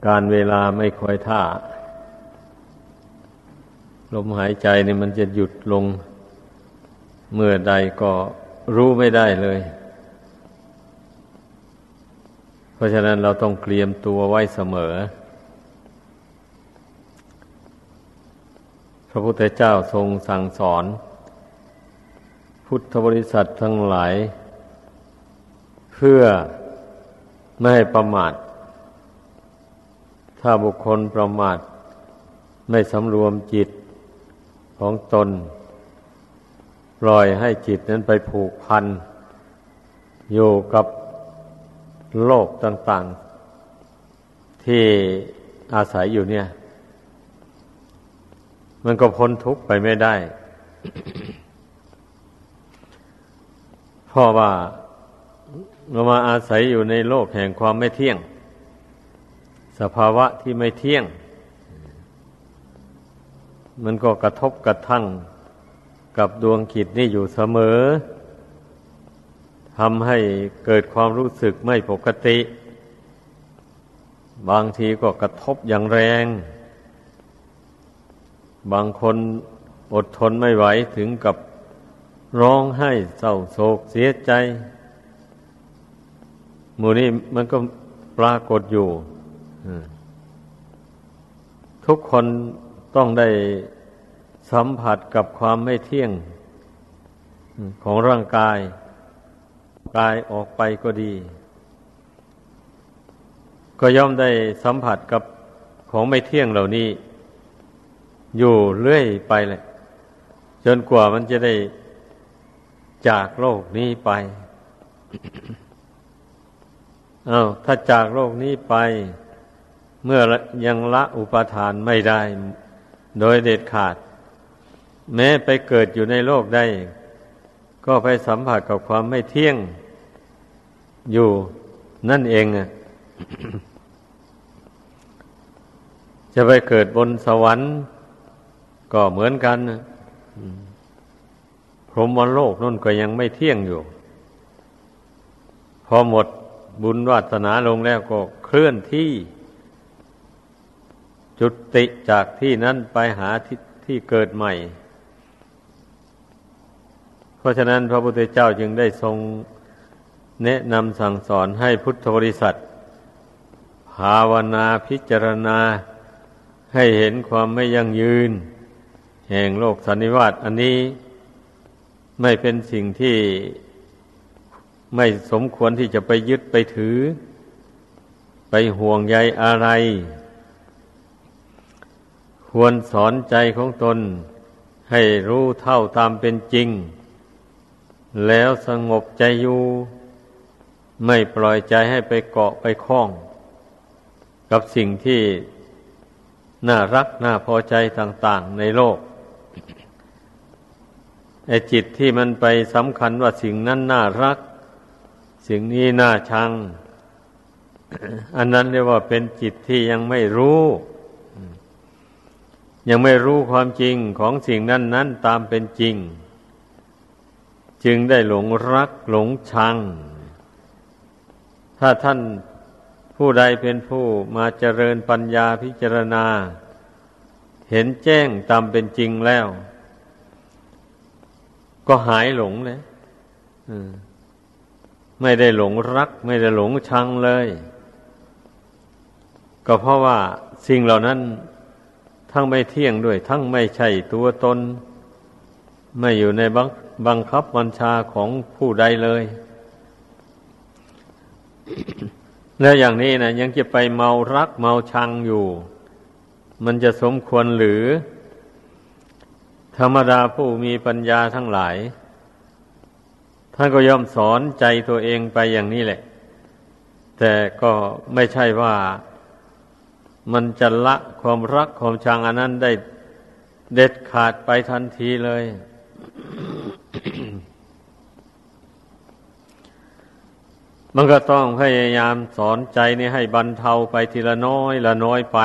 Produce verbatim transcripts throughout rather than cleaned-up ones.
การเวลาไม่คอยท่าลมหายใจนี่มันจะหยุดลงเมื่อใดก็รู้ไม่ได้เลยเพราะฉะนั้นเราต้องเตรียมตัวไว้เสมอพระพุทธเจ้าทรงสั่งสอนพุทธบริษัททั้งหลายเพื่อไม่ให้ประมาทถ้าบุคคลประมาทไม่สำรวมจิตของตนปล่อยให้จิตนั้นไปผูกพันอยู่กับโลกต่างๆที่อาศัยอยู่เนี่ยมันก็พ้นทุกข์ไปไม่ได้ เพราะว่าเรามาอาศัยอยู่ในโลกแห่งความไม่เที่ยงสภาวะที่ไม่เที่ยงมันก็กระทบกระทั่งกับดวงจิตนี่อยู่เสมอทำให้เกิดความรู้สึกไม่ปกติบางทีก็กระทบอย่างแรงบางคนอดทนไม่ไหวถึงกับร้องไห้เศร้าโศกเสียใจหมู่นี้มันก็ปรากฏอยู่ทุกคนต้องได้สัมผัสกับความไม่เที่ยงของร่างกายกายออกไปก็ดีก็ย่อมได้สัมผัสกับของไม่เที่ยงเหล่านี้อยู่เรื่อยไปเลยจนกว่ามันจะได้จากโลกนี้ไป อ้าวถ้าจากโลกนี้ไปเมื่อยังละอุปาทานไม่ได้โดยเด็ดขาดแม้ไปเกิดอยู่ในโลกได้ก็ไปสัมผัสกับความไม่เที่ยงอยู่นั่นเองอ่ะ จะไปเกิดบนสวรรค์ก็เหมือนกันนะพรหมโลกนั่นก็ยังไม่เที่ยงอยู่พอหมดบุญวาสนาลงแล้วก็เคลื่อนที่จุติจากที่นั้นไปหาที่ที่เกิดใหม่เพราะฉะนั้นพระพุทธเจ้าจึงได้ทรงแนะนำสั่งสอนให้พุทธบริษัทภาวนาพิจารณาให้เห็นความไม่ยั่งยืนแห่งโลกสันนิวาตอันนี้ไม่เป็นสิ่งที่ไม่สมควรที่จะไปยึดไปถือไปห่วงใยอะไรควรสอนใจของตนให้รู้เท่าตามเป็นจริงแล้วสงบใจอยู่ไม่ปล่อยใจให้ไปเกาะไปคล้องกับสิ่งที่น่ารักน่าพอใจต่างๆในโลกไอ้จิตที่มันไปสำคัญว่าสิ่งนั้นน่ารักสิ่งนี้น่าชัง อันนั้นเรียกว่าเป็นจิตที่ยังไม่รู้ยังไม่รู้ความจริงของสิ่งนั้นนั้นตามเป็นจริงจึงได้หลงรักหลงชังถ้าท่านผู้ใดเป็นผู้มาเจริญปัญญาพิจารณาเห็นแจ้งตามเป็นจริงแล้วก็หายหลงเลยไม่ได้หลงรักไม่ได้หลงชังเลยก็เพราะว่าสิ่งเหล่านั้นทั้งไม่เที่ยงด้วยทั้งไม่ใช่ตัวตนไม่อยู่ในบังบังคับบัญชาของผู้ใดเลย แล้วอย่างนี้นะยังจะไปเมารักเมาชังอยู่มันจะสมควรหรือธรรมดาผู้มีปัญญาทั้งหลายท่านก็ย่อมสอนใจตัวเองไปอย่างนี้แหละแต่ก็ไม่ใช่ว่ามันจะละความรักความชังอันนั้นได้เด็ดขาดไปทันทีเลย มันก็ต้องพยายามสอนใจนี่ให้บรรเทาไปทีละน้อยละน้อยไป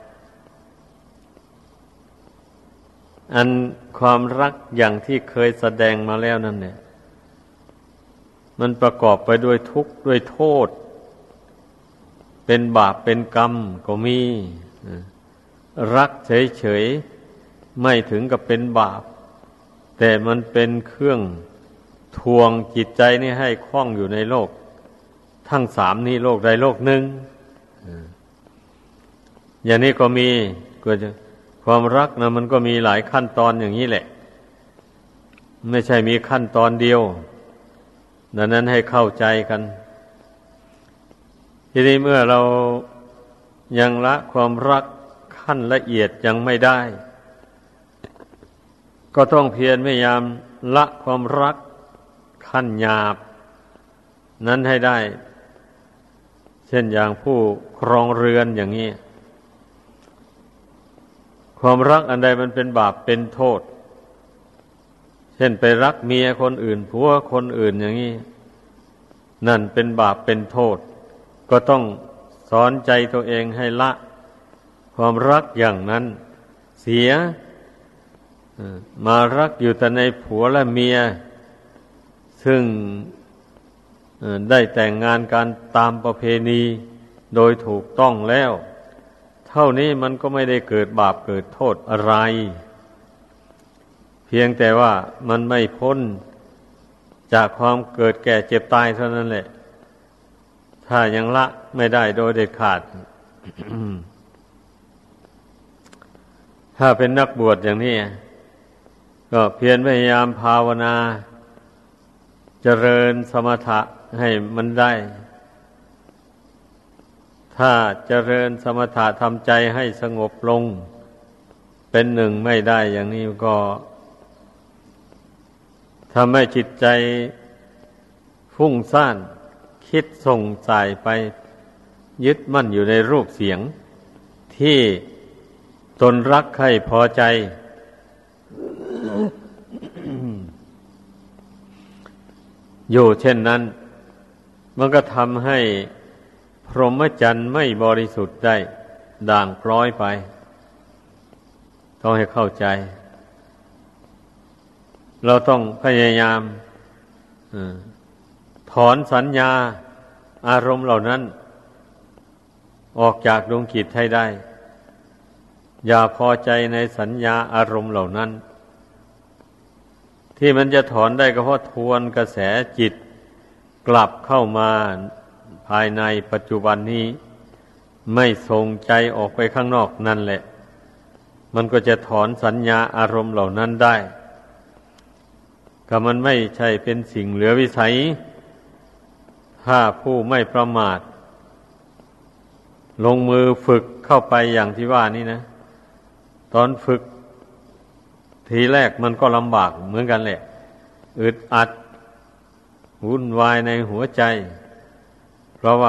อันความรักอย่างที่เคยแสดงมาแล้วนั่นเนี่ยมันประกอบไปด้วยทุกข์ด้วยโทษเป็นบาปเป็นกรรมก็มีรักเฉยๆไม่ถึงกับเป็นบาปแต่มันเป็นเครื่องทวงจิตใจนี่ให้คล้องอยู่ในโลกทั้งสามนี้โลกใดโลกหนึ่งอย่างนี้ก็มีก็จะความรักนะมันก็มีหลายขั้นตอนอย่างนี้แหละไม่ใช่มีขั้นตอนเดียวดังนั้นให้เข้าใจกันทีนี้เมื่อเรายังละความรักขั้นละเอียดยังไม่ได้ก็ต้องเพียรพยายามละความรักขั้นหยาบนั้นให้ได้เช่นอย่างผู้ครองเรือนอย่างนี้ความรักอันใดมันเป็นบาปเป็นโทษเช่นไปรักเมียคนอื่นผัวคนอื่นอย่างนี้นั่นเป็นบาปเป็นโทษก็ต้องสอนใจตัวเองให้ละความรักอย่างนั้นเสียมารักอยู่แต่ในผัวและเมียซึ่งได้แต่งงานกันตามประเพณีโดยถูกต้องแล้วเท่านี้มันก็ไม่ได้เกิดบาปเกิดโทษอะไรเพียงแต่ว่ามันไม่พ้นจากความเกิดแก่เจ็บตายเท่านั้นแหละถ้ายังละไม่ได้โดยเด็ดขาด ถ้าเป็นนักบวชอย่างนี้ก็เพียรพยายามภาวนาเจริญสมถะให้มันได้ถ้าเจริญสมถะทำใจให้สงบลงเป็นหนึ่งไม่ได้อย่างนี้ก็ทำให้จิตใจฟุ้งซ่านคิดส่งสายไปยึดมั่นอยู่ในรูปเสียงที่ตนรักใครพอใจ อยู่เช่นนั้นมันก็ทำให้พรหมจรรย์ไม่บริสุทธิ์ได้ด่างพร้อยไปต้องให้เข้าใจเราต้องพยายามถอนสัญญาอารมณ์เหล่านั้นออกจากดวงจิตให้ได้อย่าพอใจในสัญญาอารมณ์เหล่านั้นที่มันจะถอนได้ก็เพราะทวนกระแสจิตกลับเข้ามาภายในปัจจุบันนี้ไม่ส่งใจออกไปข้างนอกนั่นแหละมันก็จะถอนสัญญาอารมณ์เหล่านั้นได้ก็มันไม่ใช่เป็นสิ่งเหลือวิสัยถ้าผู้ไม่ประมาทลงมือฝึกเข้าไปอย่างที่ว่านี่นะตอนฝึกทีแรกมันก็ลำบากเหมือนกันแหละอึดอัดวุ่นวายในหัวใจเพราะว่า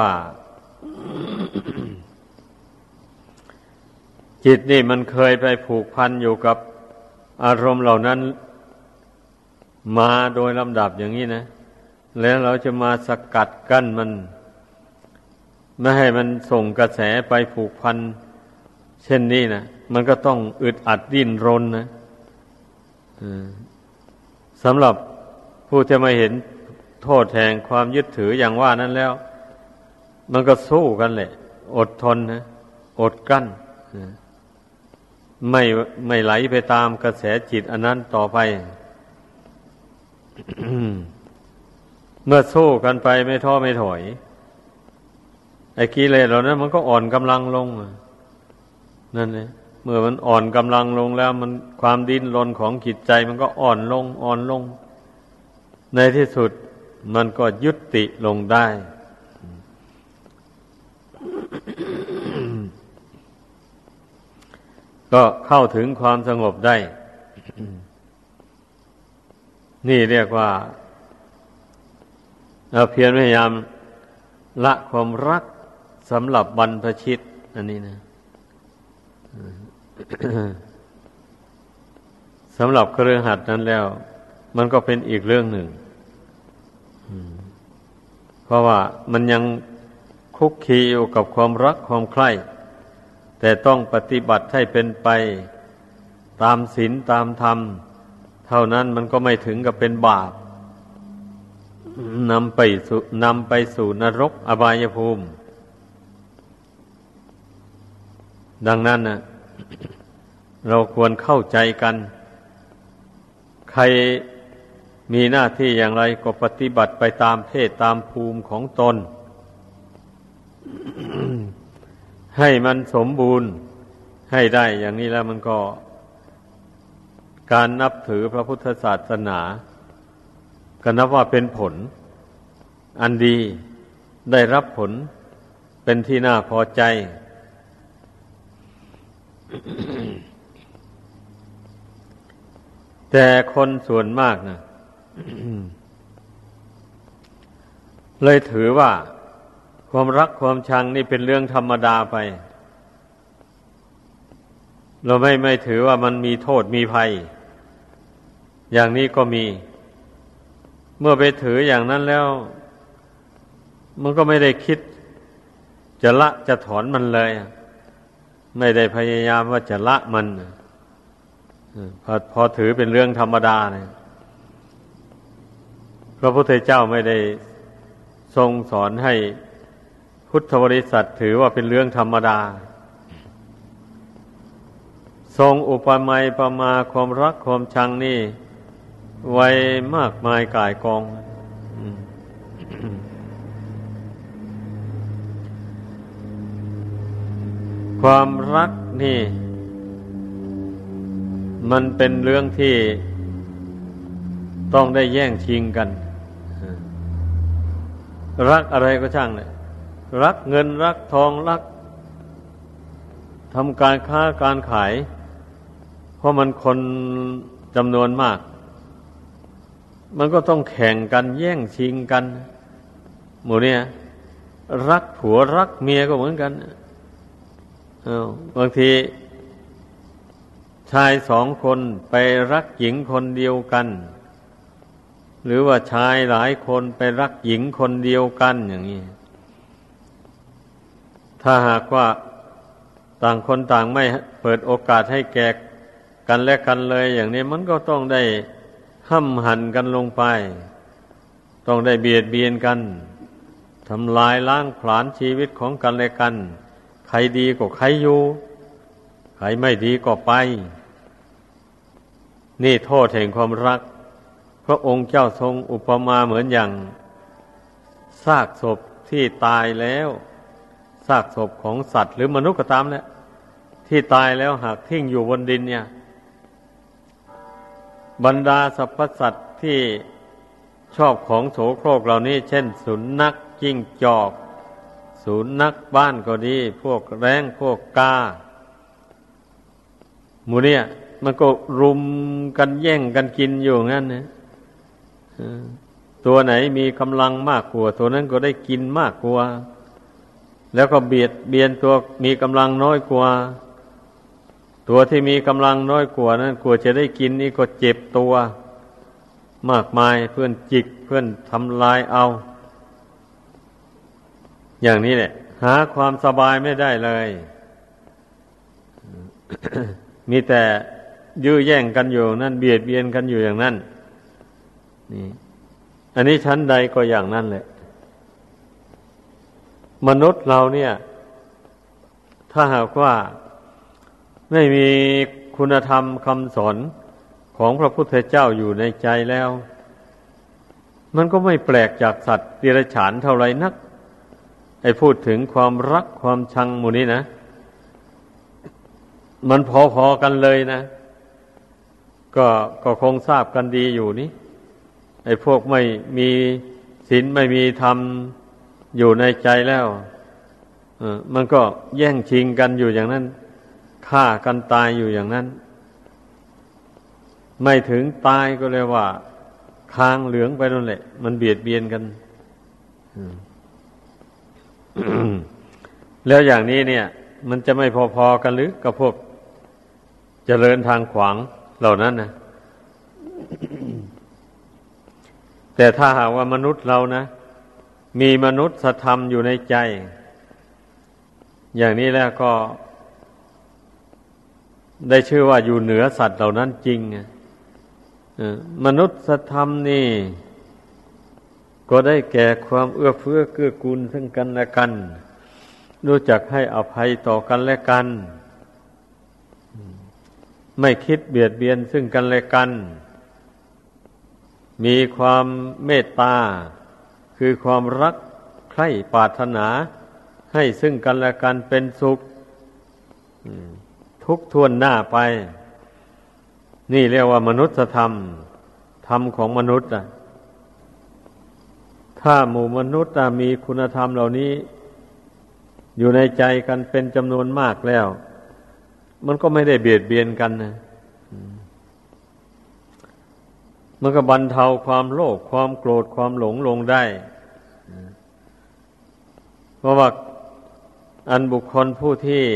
จิตนี่มันเคยไปผูกพันอยู่กับอารมณ์เหล่านั้นมาโดยลำดับอย่างนี้นะแล้วเราจะมาสกัดกั้นมันไม่ให้มันส่งกระแสไปผูกพันเช่นนี้นะมันก็ต้องอึดอัดดิ้นรนนะสำหรับผู้จะมาเห็นโทษแห่งความยึดถืออย่างว่านั้นแล้วมันก็สู้กันแหละอดทนนะอดกั้นไม่ไม่ไหลไปตามกระแสจิตอันนั้นต่อไป เมื่อสู้กันไปไม่ท้อไม่ถอยไอ้กิเลสเหล่านั้นมันก็อ่อนกำลังลงนั่นแหละเมื่อมันอ่อนกำลังลงแล้วมันความดิ้นรนของจิตใจมันก็อ่อนลงอ่อนลงในที่สุดมันก็ยุติลงได้ ก็เข้าถึงความสงบได้ นี่เรียกว่าเราเพียรพยายามละความรักสำหรับบรรพชิตอันนี้นะ สำหรับเครือขัดนั้นแล้วมันก็เป็นอีกเรื่องหนึ่งเพราะว่ามันยังคุกคีอยู่กับความรักความใคร่แต่ต้องปฏิบัติให้เป็นไปตามศีลตามธรรมเท่านั้นมันก็ไม่ถึงกับเป็นบาปนำไปสู่นำไปสู่นรกอบายภูมิดังนั้นนะเราควรเข้าใจกันใครมีหน้าที่อย่างไรก็ปฏิบัติไปตามเพศตามภูมิของตน ให้มันสมบูรณ์ให้ได้อย่างนี้แล้วมันก็การนับถือพระพุทธศาสนาก็นับว่าเป็นผลอันดีได้รับผลเป็นที่น่าพอใจ แต่คนส่วนมากนะ เลยถือว่าความรักความชังนี่เป็นเรื่องธรรมดาไปเราไม่ไม่ถือว่ามันมีโทษมีภัยอย่างนี้ก็มีเมื่อไปถืออย่างนั้นแล้วมันก็ไม่ได้คิดจะละจะถอนมันเลยไม่ได้พยายามว่าจะละมันพอพอถือเป็นเรื่องธรรมดาเนี่ยพระพุทธเจ้าไม่ได้ทรงสอนให้พุทธบริษัทถือว่าเป็นเรื่องธรรมดาทรงอุปมาประมาความรักความชังนี่ไว้มากมายก่ายกองความรักนี่มันเป็นเรื่องที่ต้องได้แย่งชิงกันรักอะไรก็ช่างเลยรักเงินรักทองรักทำการค้าการขายเพราะมันคนจำนวนมากมันก็ต้องแข่งกันแย่งชิงกันหมู่เนี่ยรักผัวรักเมียก็เหมือนกันอ้าวบางทีชายสองคนไปรักหญิงคนเดียวกันหรือว่าชายหลายคนไปรักหญิงคนเดียวกันอย่างนี้ถ้าหากว่าต่างคนต่างไม่เปิดโอกาสให้แก่กันและกันเลยอย่างนี้มันก็ต้องได้ห้ำหั่นกันลงไปต้องได้เบียดเบียนกันทำลายล้างผลาญชีวิตของกันและกันใครดีก็ใครอยู่ใครไม่ดีก็ไปนี่โทษแห่งความรักพระองค์เจ้าทรงอุปมาเหมือนอย่างซากศพที่ตายแล้วซากศพของสัตว์หรือมนุษย์ก็ตามแหละที่ตายแล้วหากทิ้งอยู่บนดินเนี่ยบรรดาสรรพสัตว์ที่ชอบของโสโครกเหล่านี้เช่นสุนัขจิ้งจอกสุนัขบ้านก็ดีพวกแร้งพวกกาหมู่เนี่ยมันก็รุมกันแย่งกันกินอยู่งั้นนะตัวไหนมีกำลังมากกว่าตัวนั้นก็ได้กินมากกว่าแล้วก็เบียดเบียนตัวมีกำลังน้อยกว่าตัวที่มีกำลังน้อยกว่านั้นกลัวจะได้กินนี่ก็เจ็บตัวมากมายเพื่อนจิกเพื่อนทำลายเอาอย่างนี้แหละหาความสบายไม่ได้เลย มีแต่ยื้อแย่งกันอยู่นั่นเบียดเบียนกันอยู่อย่างนั้นนี่อันนี้ชั้นใดก็อย่างนั้นแหละมนุษย์เราเนี่ยถ้าหากว่าไม่มีคุณธรรมคำสอนของพระพุทธเจ้าอยู่ในใจแล้วมันก็ไม่แปลกจากสัตว์เดรัจฉานเท่าไรนักไอ้พูดถึงความรักความชังหมู่นี้นะมันพอๆกันเลยนะก็ก็คงทราบกันดีอยู่นี่ไอ้พวกไม่มีศีลไม่มีธรรมอยู่ในใจแล้วเออมันก็แย่งชิงกันอยู่อย่างนั้นฆ่ากันตายอยู่อย่างนั้นไม่ถึงตายก็เลยว่าคางเหลืองไปนั่นแหละมันเบียดเบียนกัน แล้วอย่างนี้เนี่ยมันจะไม่พอๆกันหรือกับพวกเจริญทางขวางเหล่านั้นนะ แต่ถ้าหากว่ามนุษย์เรานะมีมนุษยธรรมอยู่ในใจอย่างนี้แล้วก็ได้ชื่อว่าอยู่เหนือสัตว์เหล่านั้นจริงมนุษยธรรมนี่ก็ได้แก่ความเอื้อเฟื้อเกื้อกูลซึ่งกันและกันรู้จักให้อภัยต่อกันและกันไม่คิดเบียดเบียนซึ่งกันและกันมีความเมตตาคือความรักใคร่ปรารถนาให้ซึ่งกันและกันเป็นสุขทุกทวนหน้าไปนี่เรียกว่ามนุษยธรรมธรรมของมนุษย์อ่ะถ้าหมู่มนุษย์มีคุณธรรมเหล่านี้อยู่ในใจกันเป็นจำนวนมากแล้วมันก็ไม่ได้เบียดเบียนกันนะมันก็บรรเทาความโลภความโกรธความหลงลงได้เพราะว่าอันบุคคลผู้ที่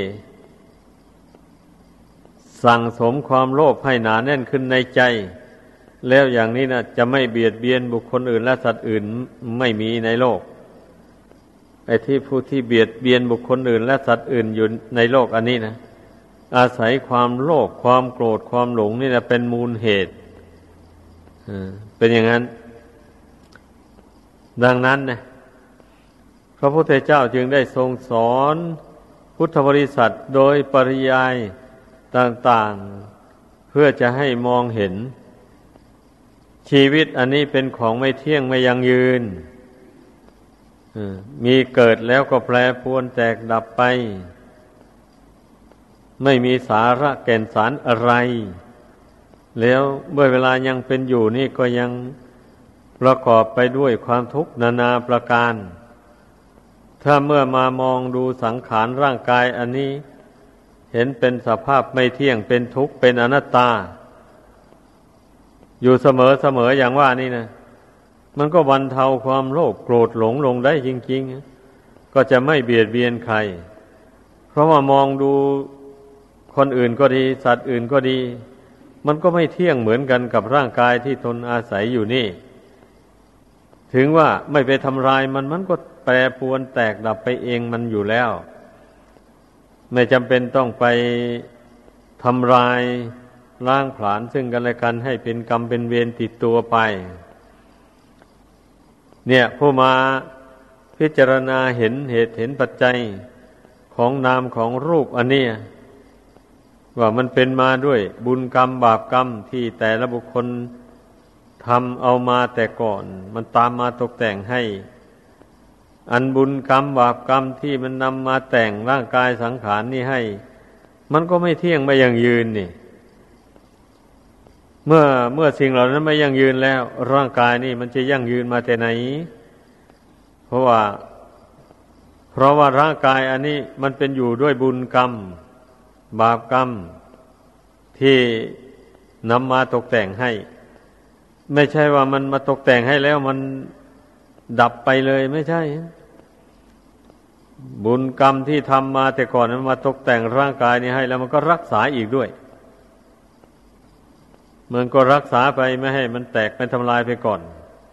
สั่งสมความโลภให้หนาแน่นขึ้นในใจแล้วอย่างนี้นะจะไม่เบียดเบียนบุคคลอื่นและสัตว์อื่นไม่มีในโลกไอ้ที่ผู้ที่เบียดเบียนบุคคลอื่นและสัตว์อื่นอยู่ในโลกอันนี้นะอาศัยความโลภความโกรธความหลงนี่นะเป็นมูลเหตุเป็นอย่างนั้นดังนั้นนะพระพุทธเจ้าจึงได้ทรงสอนพุทธบริษัทโดยปริยายต่างๆเพื่อจะให้มองเห็นชีวิตอันนี้เป็นของไม่เที่ยงไม่ยั่งยืนมีเกิดแล้วก็แปรปรวนแตกดับไปไม่มีสาระแก่นสารอะไรแล้วเมื่อเวลายังเป็นอยู่นี่ก็ยังประกอบไปด้วยความทุกข์นานาประการถ้าเมื่อมามองดูสังขารร่างกายอันนี้เห็นเป็นสภาพไม่เที่ยงเป็นทุกข์เป็นอนัตตาอยู่เสมอเสมออย่างว่านี่นะมันก็บรรเทาความโลภโกรธหลงลงได้จริงๆก็จะไม่เบียดเบียนใครเพราะว่ามองดูคนอื่นก็ดีสัตว์อื่นก็ดีมันก็ไม่เที่ยงเหมือนกันกับร่างกายที่ตนอาศัยอยู่นี่ถึงว่าไม่ไปทำลายมันมันก็แปรปรวนแตกดับไปเองมันอยู่แล้วไม่จำเป็นต้องไปทำลายล้างผลาญซึ่งกันและกันให้เป็นกรรมเป็นเวรติดตัวไปเนี่ยผู้มาพิจารณาเห็นเหตุเห็นปัจจัยของนามของรูปอันนี้ว่ามันเป็นมาด้วยบุญกรรมบาปกรรมที่แต่ละบุคคลทำเอามาแต่ก่อนมันตามมาตกแต่งให้อันบุญกรรมบาปกรรมที่มันนำมาแต่งร่างกายสังขารนี่ให้มันก็ไม่เที่ยงไม่ยั่งยืนนี่เมื่อเมื่อสิ่งเหล่านั้นไม่ยั่งยืนแล้วร่างกายนี่มันจะยั่งยืนมาแต่ไหนเพราะว่าเพราะว่าร่างกายอันนี้มันเป็นอยู่ด้วยบุญกรรมบาปกรรมที่นำมาตกแต่งให้ไม่ใช่ว่ามันมาตกแต่งให้แล้วมันดับไปเลยไม่ใช่บุญกรรมที่ทำมาแต่ก่อนมันมาตกแต่งร่างกายนี้ให้แล้วมันก็รักษาอีกด้วยมันก็รักษาไปไม่ให้มันแตกไม่ทำลายไปก่อน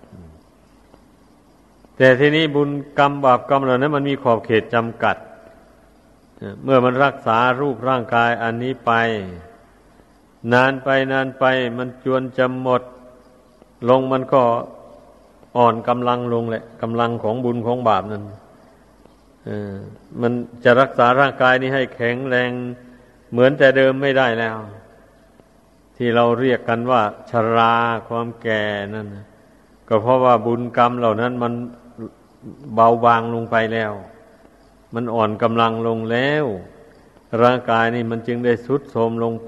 แต่ทีนี้บุญกรรมบาปกรรมเหล่านั้นมันมีขอบเขตจำกัดเมื่อมันรักษารูปร่างกายอันนี้ไปนานไปนานไปมันจวนจะหมดลงมันก็อ่อนกำลังลงแหละกำลังของบุญของบาปนั้นเออมันจะรักษาร่างกายนี้ให้แข็งแรงเหมือนแต่เดิมไม่ได้แล้วที่เราเรียกกันว่าชราความแก่นั่นก็เพราะว่าบุญกรรมเหล่านั้นมันเบาบางลงไปแล้วมันอ่อนกำลังลงแล้วร่างกายนี่มันจึงได้ทรุดโทรมลงไป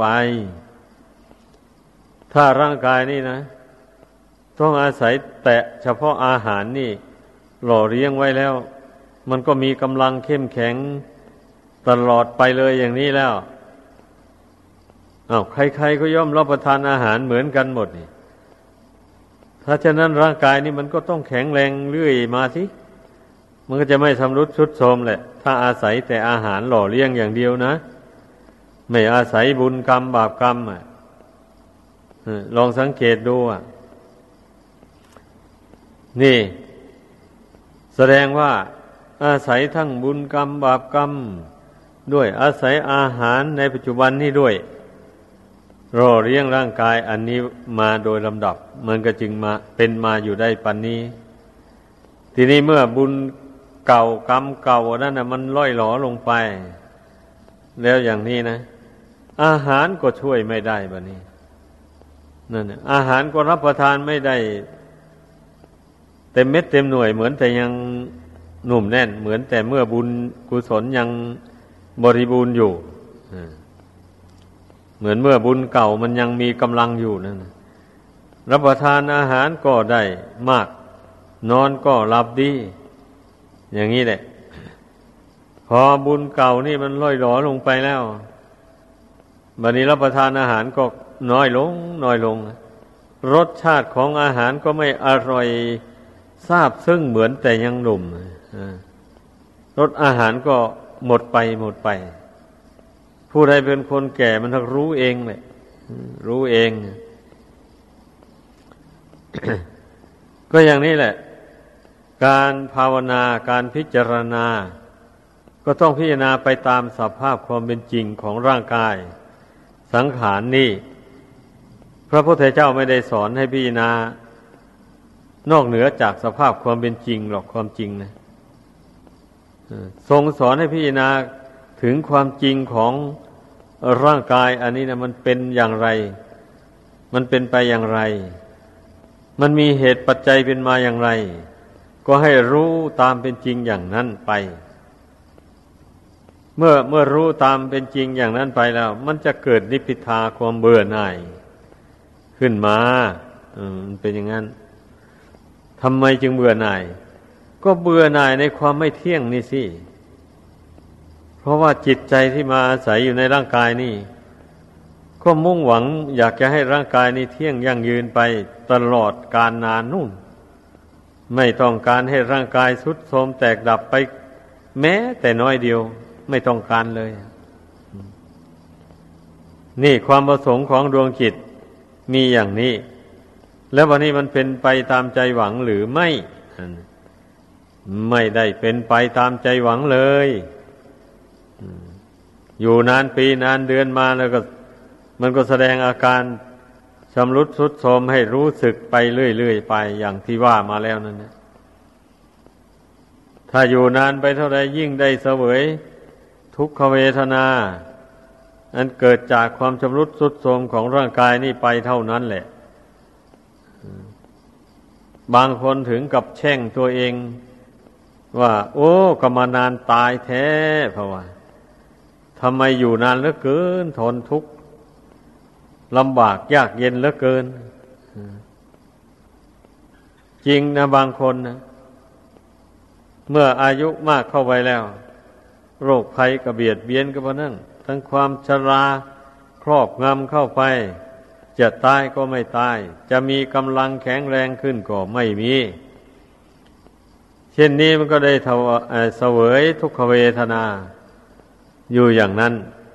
ถ้าร่างกายนี่นะต้องอาศัยแต่เฉพาะอาหารนี่หล่อเลี้ยงไว้แล้วมันก็มีกำลังเข้มแข็งตลอดไปเลยอย่างนี้แล้วอ้าวใครๆก็ย่อมรับประทานอาหารเหมือนกันหมดนี่ถ้าฉะนั้นร่างกายนี่มันก็ต้องแข็งแรงเรื่อยมาสิมันก็จะไม่ชำรุดทรุดโทรมแหละถ้าอาศัยแต่อาหารหล่อเลี้ยงอย่างเดียวนะไม่อาศัยบุญกรรมบาปกรรมอ่ะลองสังเกตดูอ่ะนี่แสดงว่าอาศัยทั้งบุญกรรมบาปกรรมด้วยอาศัยอาหารในปัจจุบันนี้ด้วยรอเลี้ยงร่างกายอันนี้มาโดยลำดับมันก็จึงมาเป็นมาอยู่ได้ปันนี้ทีนี้เมื่อบุญเก่ากรรมเก่านั่นน่ะมันล่อยหลอลงไปแล้วอย่างนี้นะอาหารก็ช่วยไม่ได้บัดนี้นั่นน่ะอาหารก็รับประทานไม่ได้เต็มเม็ดเต็มหน่วยเหมือนแต่ยังหนุ่มแน่นเหมือนแต่เมื่อบุญกุศลยังบริบูรณ์อยู่เหมือนเมื่อบุญเก่ามันยังมีกำลังอยู่นั่นรับประทานอาหารก็ได้มากนอนก็หลับดีอย่างนี้แหละพอบุญเก่านี่มันล่อยหลอลงไปแล้วบัดนี้รับประทานอาหารก็น้อยลงน้อยลงรสชาติของอาหารก็ไม่อร่อยซาบซึ้งเหมือนแต่ยังหนุ่มรสอาหารก็หมดไปหมดไปผู้ใดเป็นคนแก่มันต้องรู้เองแหละรู้เอง ก็อย่างนี้แหละการภาวนาการพิจารณาก็ต้องพิจารณาไปตามสภาพความเป็นจริงของร่างกายสังขาร นี่พระพุทธเจ้าไม่ได้สอนให้พิจารณานอกเหนือจากสภาพความเป็นจริงหรอกความจริงนะทรงสอนให้พิจารณาถึงความจริงของร่างกายอันนี้นะมันเป็นอย่างไรมันเป็นไปอย่างไรมันมีเหตุปัจจัยเป็นมาอย่างไรก็ให้รู้ตามเป็นจริงอย่างนั้นไปเมื่อเมื่อรู้ตามเป็นจริงอย่างนั้นไปแล้วมันจะเกิดนิพพิทาความเบื่อหน่ายขึ้นมาอืมเป็นอย่างนั้นทำไมจึงเบื่อหน่ายก็เบื่อหน่ายในความไม่เที่ยงนี่สิเพราะว่าจิตใจที่มาอาศัยอยู่ในร่างกายนี่ก็มุ่งหวังอยากจะให้ร่างกายนี้เที่ยงยั่งยืนไปตลอดกาลนานนู่นไม่ต้องการให้ร่างกายทรุดโทรมแตกดับไปแม้แต่น้อยเดียวไม่ต้องการเลยนี่ความประสงค์ของดวงจิตมีอย่างนี้แล้ววันนี้มันเป็นไปตามใจหวังหรือไม่ไม่ได้เป็นไปตามใจหวังเลยอยู่นานปีนานเดือนมาแล้วก็มันก็แสดงอาการชำรุดทรุดโทรมให้รู้สึกไปเรื่อยๆไปอย่างที่ว่ามาแล้วนั่นนะถ้าอยู่นานไปเท่าใดยิ่งได้เสวยทุกขเวทนาอันเกิดจากความชำรุดทรุดโทรมของร่างกายนี่ไปเท่านั้นแหละบางคนถึงกับแช่งตัวเองว่าโอ้ก็มานานตายแท้เพราะว่าทำไมอยู่นานเหลือเกินทนทุกข์ลำบากยากเย็นเหลือเกินจริงนะบางคนนะเมื่ออายุมากเข้าไปแล้วโรคภัยก็เบียดเบียนก็เพราะนั่นทั้งความชราครอบงำเข้าไปจะตายก็ไม่ตายจะมีกำลังแข็งแรงขึ้นก็ไม่มีเช่นนี้มันก็ได้เสวยทุกขเวทนาอยู่อย่างนั้น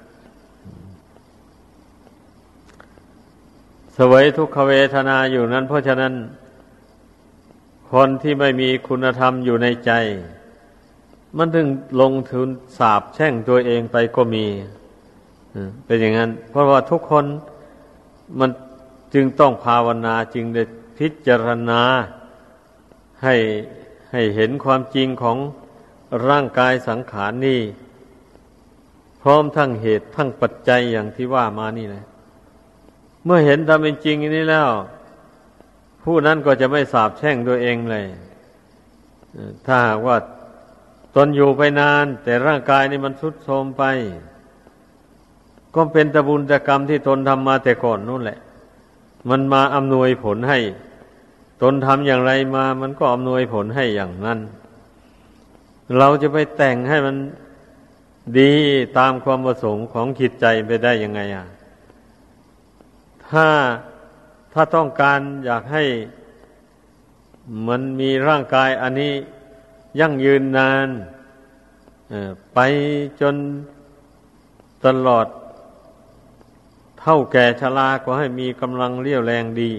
เสวยทุกขเวทนาอยู่นั้นเพราะฉะนั้นคนที่ไม่มีคุณธรรมอยู่ในใจมันถึงลงทุนสาปแช่งตัวเองไปก็มีเป็นอย่างนั้นเพราะว่าทุกคนมันจึงต้องภาวนาจึงได้พิจารณาให้ให้เห็นความจริงของร่างกายสังขารนี่พร้อมทั้งเหตุทั้งปัจจัยอย่างที่ว่ามานี่แหละเมื่อเห็นตามเป็นจริงอย่างนี้แล้วผู้นั้นก็จะไม่สาปแช่งตัวเองเลยถ้าหากว่าตนอยู่ไปนานแต่ร่างกายนี่มันทรุดโทรมไปก็เป็นตะบุญตะกรรมที่ตนทำมาแต่ก่อนนู่นแหละมันมาอำนวยผลให้ตนทำอย่างไรมามันก็อำนวยผลให้อย่างนั้นเราจะไปแต่งให้มันดีตามความประสงค์ของจิตใจไปได้ยังไงอ่ะถ้าถ้าต้องการอยากให้มันมีร่างกายอันนี้ยั่งยืนนานไปจนตลอดเท่าแก่ชราก็ให้มีกำลังเรี่ยวแรงดี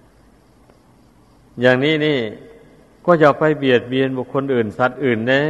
อย่างนี้นี่ก็อย่าไปเบียดเบียนบุคคลอื่นสัตว์อื่นนะ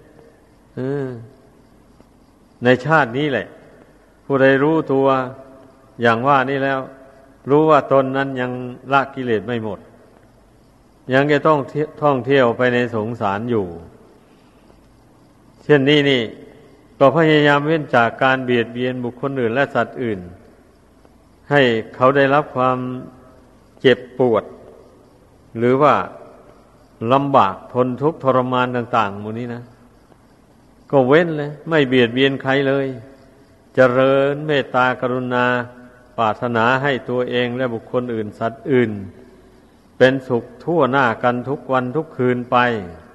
ในชาตินี้แหละผู้ใดรู้ตัวอย่างว่านี่แล้วรู้ว่าตนนั้นยังละกิเลสไม่หมดยังจะต้องท่องเที่ยวไปในสงสารอยู่เช่นนี้นี่ก็พยายามเว้นจากการเบียดเบียนบุคคลอื่นและสัตว์อื่นให้เขาได้รับความเจ็บปวดหรือว่าลำบากทนทุกข์ทรมานต่างๆหมู่นี้นะก็เว้นเลยไม่เบียดเบียนใครเลยเจริญเมตตากรุณาปรารถนาให้ตัวเองและบุคคลอื่นสัตว์อื่นเป็นสุขทั่วหน้ากันทุกวันทุกคืนไป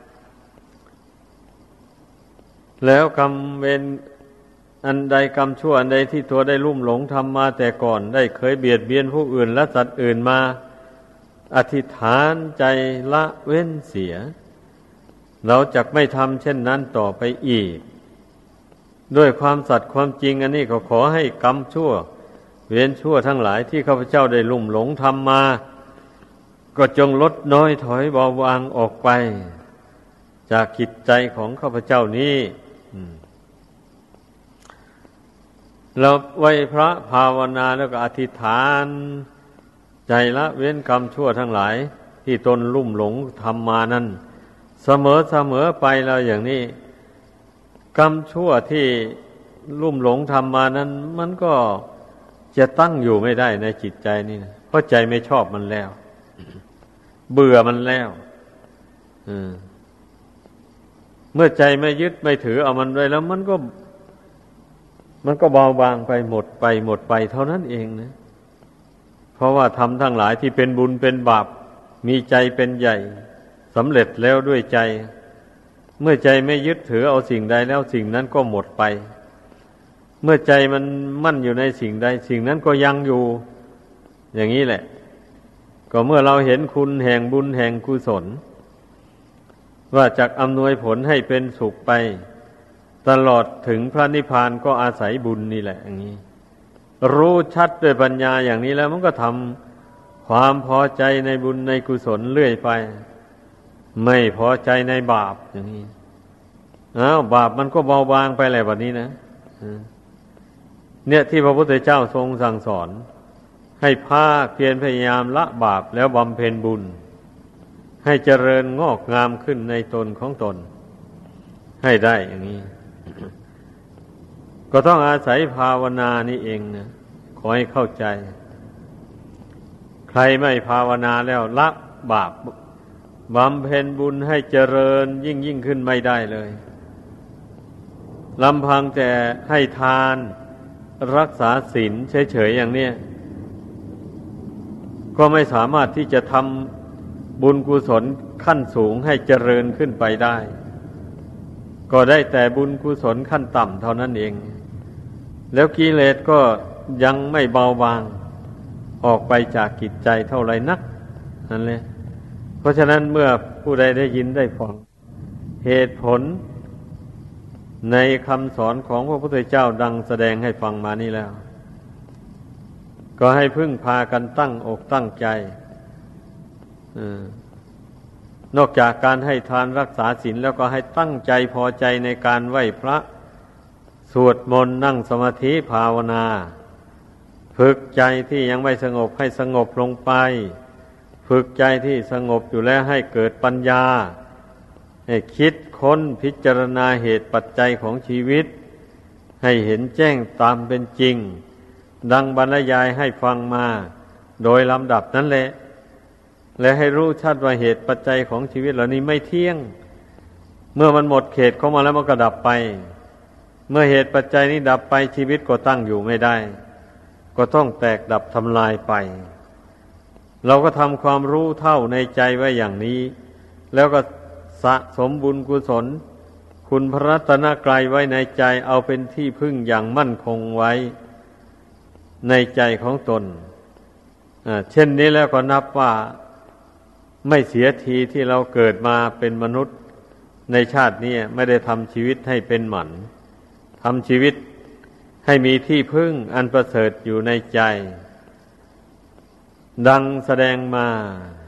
แล้วกรรมเวรอันใดกรรมชั่วอันใดที่ตัวได้ลุ่มหลงทำมาแต่ก่อนได้เคยเบียดเบียนผู้อื่นและสัตว์อื่นมาอธิษฐานใจละเว้นเสียเราจักไม่ทำเช่นนั้นต่อไปอีกด้วยความสัตย์ความจริงอันนี้ก็ขอให้กรรมชั่วเวรชั่วทั้งหลายที่ข้าพเจ้าได้ลุ่มหลงทำมาก็จงลดน้อยถอยเบาบางออกไปจากจิตใจของข้าพเจ้านี้เราไหว้พระภาวนาแล้วก็อธิษฐานใจละเว้นกรรมชั่วทั้งหลายที่ตนลุ่มหลงทำมานั้นเสมอเสมอไปแล้วอย่างนี้กรรมชั่วที่ลุ่มหลงทำมานั้นมันก็จะตั้งอยู่ไม่ได้ในจิตใจนี่นะเพราะใจไม่ชอบมันแล้วเบื่อมันแล้วเมื่อใจไม่ยึดไม่ถือเอามันไว้แล้วมันก็มันก็เบาบางไปหมดไปหมดไปเท่านั้นเองนะเพราะว่าทำทั้งหลายที่เป็นบุญเป็นบาปมีใจเป็นใหญ่สำเร็จแล้วด้วยใจเมื่อใจไม่ยึดถือเอาสิ่งใดแล้วสิ่งนั้นก็หมดไปเมื่อใจมันมั่นอยู่ในสิ่งใดสิ่งนั้นก็ยังอยู่อย่างนี้แหละก็เมื่อเราเห็นคุณแห่งบุญแห่งกุศลว่าจักอำนวยผลให้เป็นสุขไปตลอดถึงพระนิพพานก็อาศัยบุญนี่แหละอย่างนี้รู้ชัดด้วยปัญญาอย่างนี้แล้วมันก็ทำความพอใจในบุญในกุศลเรื่อยไปไม่พอใจในบาปอย่างนี้อ้าวบาปมันก็เบาบางไปแหละแบบนี้นะเนี่ยที่พระพุทธเจ้าทรงสั่งสอนให้ภาคเพียรพยายามละบาปแล้วบำเพ็ญบุญให้เจริญงอกงามขึ้นในตนของตนให้ได้อย่างนี้ก็ต้องอาศัยภาวนานี่เองนะขอให้เข้าใจใครไม่ภาวนาแล้วละบาปบำเพ็ญบุญให้เจริญยิ่งยิ่งขึ้นไม่ได้เลยลำพังแต่ให้ทานรักษาศีลเฉยๆอย่างเนี้ยก็ไม่สามารถที่จะทำบุญกุศลขั้นสูงให้เจริญขึ้นไปได้ก็ได้แต่บุญกุศลขั้นต่ำเท่านั้นเองแล้วกิเลสก็ยังไม่เบาบางออกไปจากจิตใจเท่าไรนักนั่นเลยเพราะฉะนั้นเมื่อผู้ใดได้ยินได้ฟังเหตุผลในคำสอนของพระพุทธเจ้าดังแสดงให้ฟังมานี้แล้วก็ให้พึ่งพากันตั้งอกตั้งใจนอกจากการให้ทานรักษาศีลแล้วก็ให้ตั้งใจพอใจในการไหว้พระสวดมนต์นั่งสมาธิภาวนาฝึกใจที่ยังไม่สงบให้สงบลงไปฝึกใจที่สงบอยู่แล้วให้เกิดปัญญาให้คิดค้นพิจารณาเหตุปัจจัยของชีวิตให้เห็นแจ้งตามเป็นจริงดังบรรยายให้ฟังมาโดยลำดับนั้นแหละและให้รู้ชัดว่าเหตุปัจจัยของชีวิตเหล่านี้ไม่เที่ยงเมื่อมันหมดเขตเข้ามาแล้วมันก็ดับไปเมื่อเหตุปัจจัยนี้ดับไปชีวิตก็ตั้งอยู่ไม่ได้ก็ต้องแตกดับทำลายไปเราก็ทำความรู้เท่าในใจไว้อย่างนี้แล้วก็สะสมบุญกุศลคุณพระรัตนกรัยไว้ในใจเอาเป็นที่พึ่งอย่างมั่นคงไว้ในใจของตนเช่นนี้แล้วก็นับว่าไม่เสียทีที่เราเกิดมาเป็นมนุษย์ในชาตินี้ไม่ได้ทำชีวิตให้เป็นหมันทำชีวิตให้มีที่พึ่งอันประเสริฐอยู่ในใจดังแสดงมา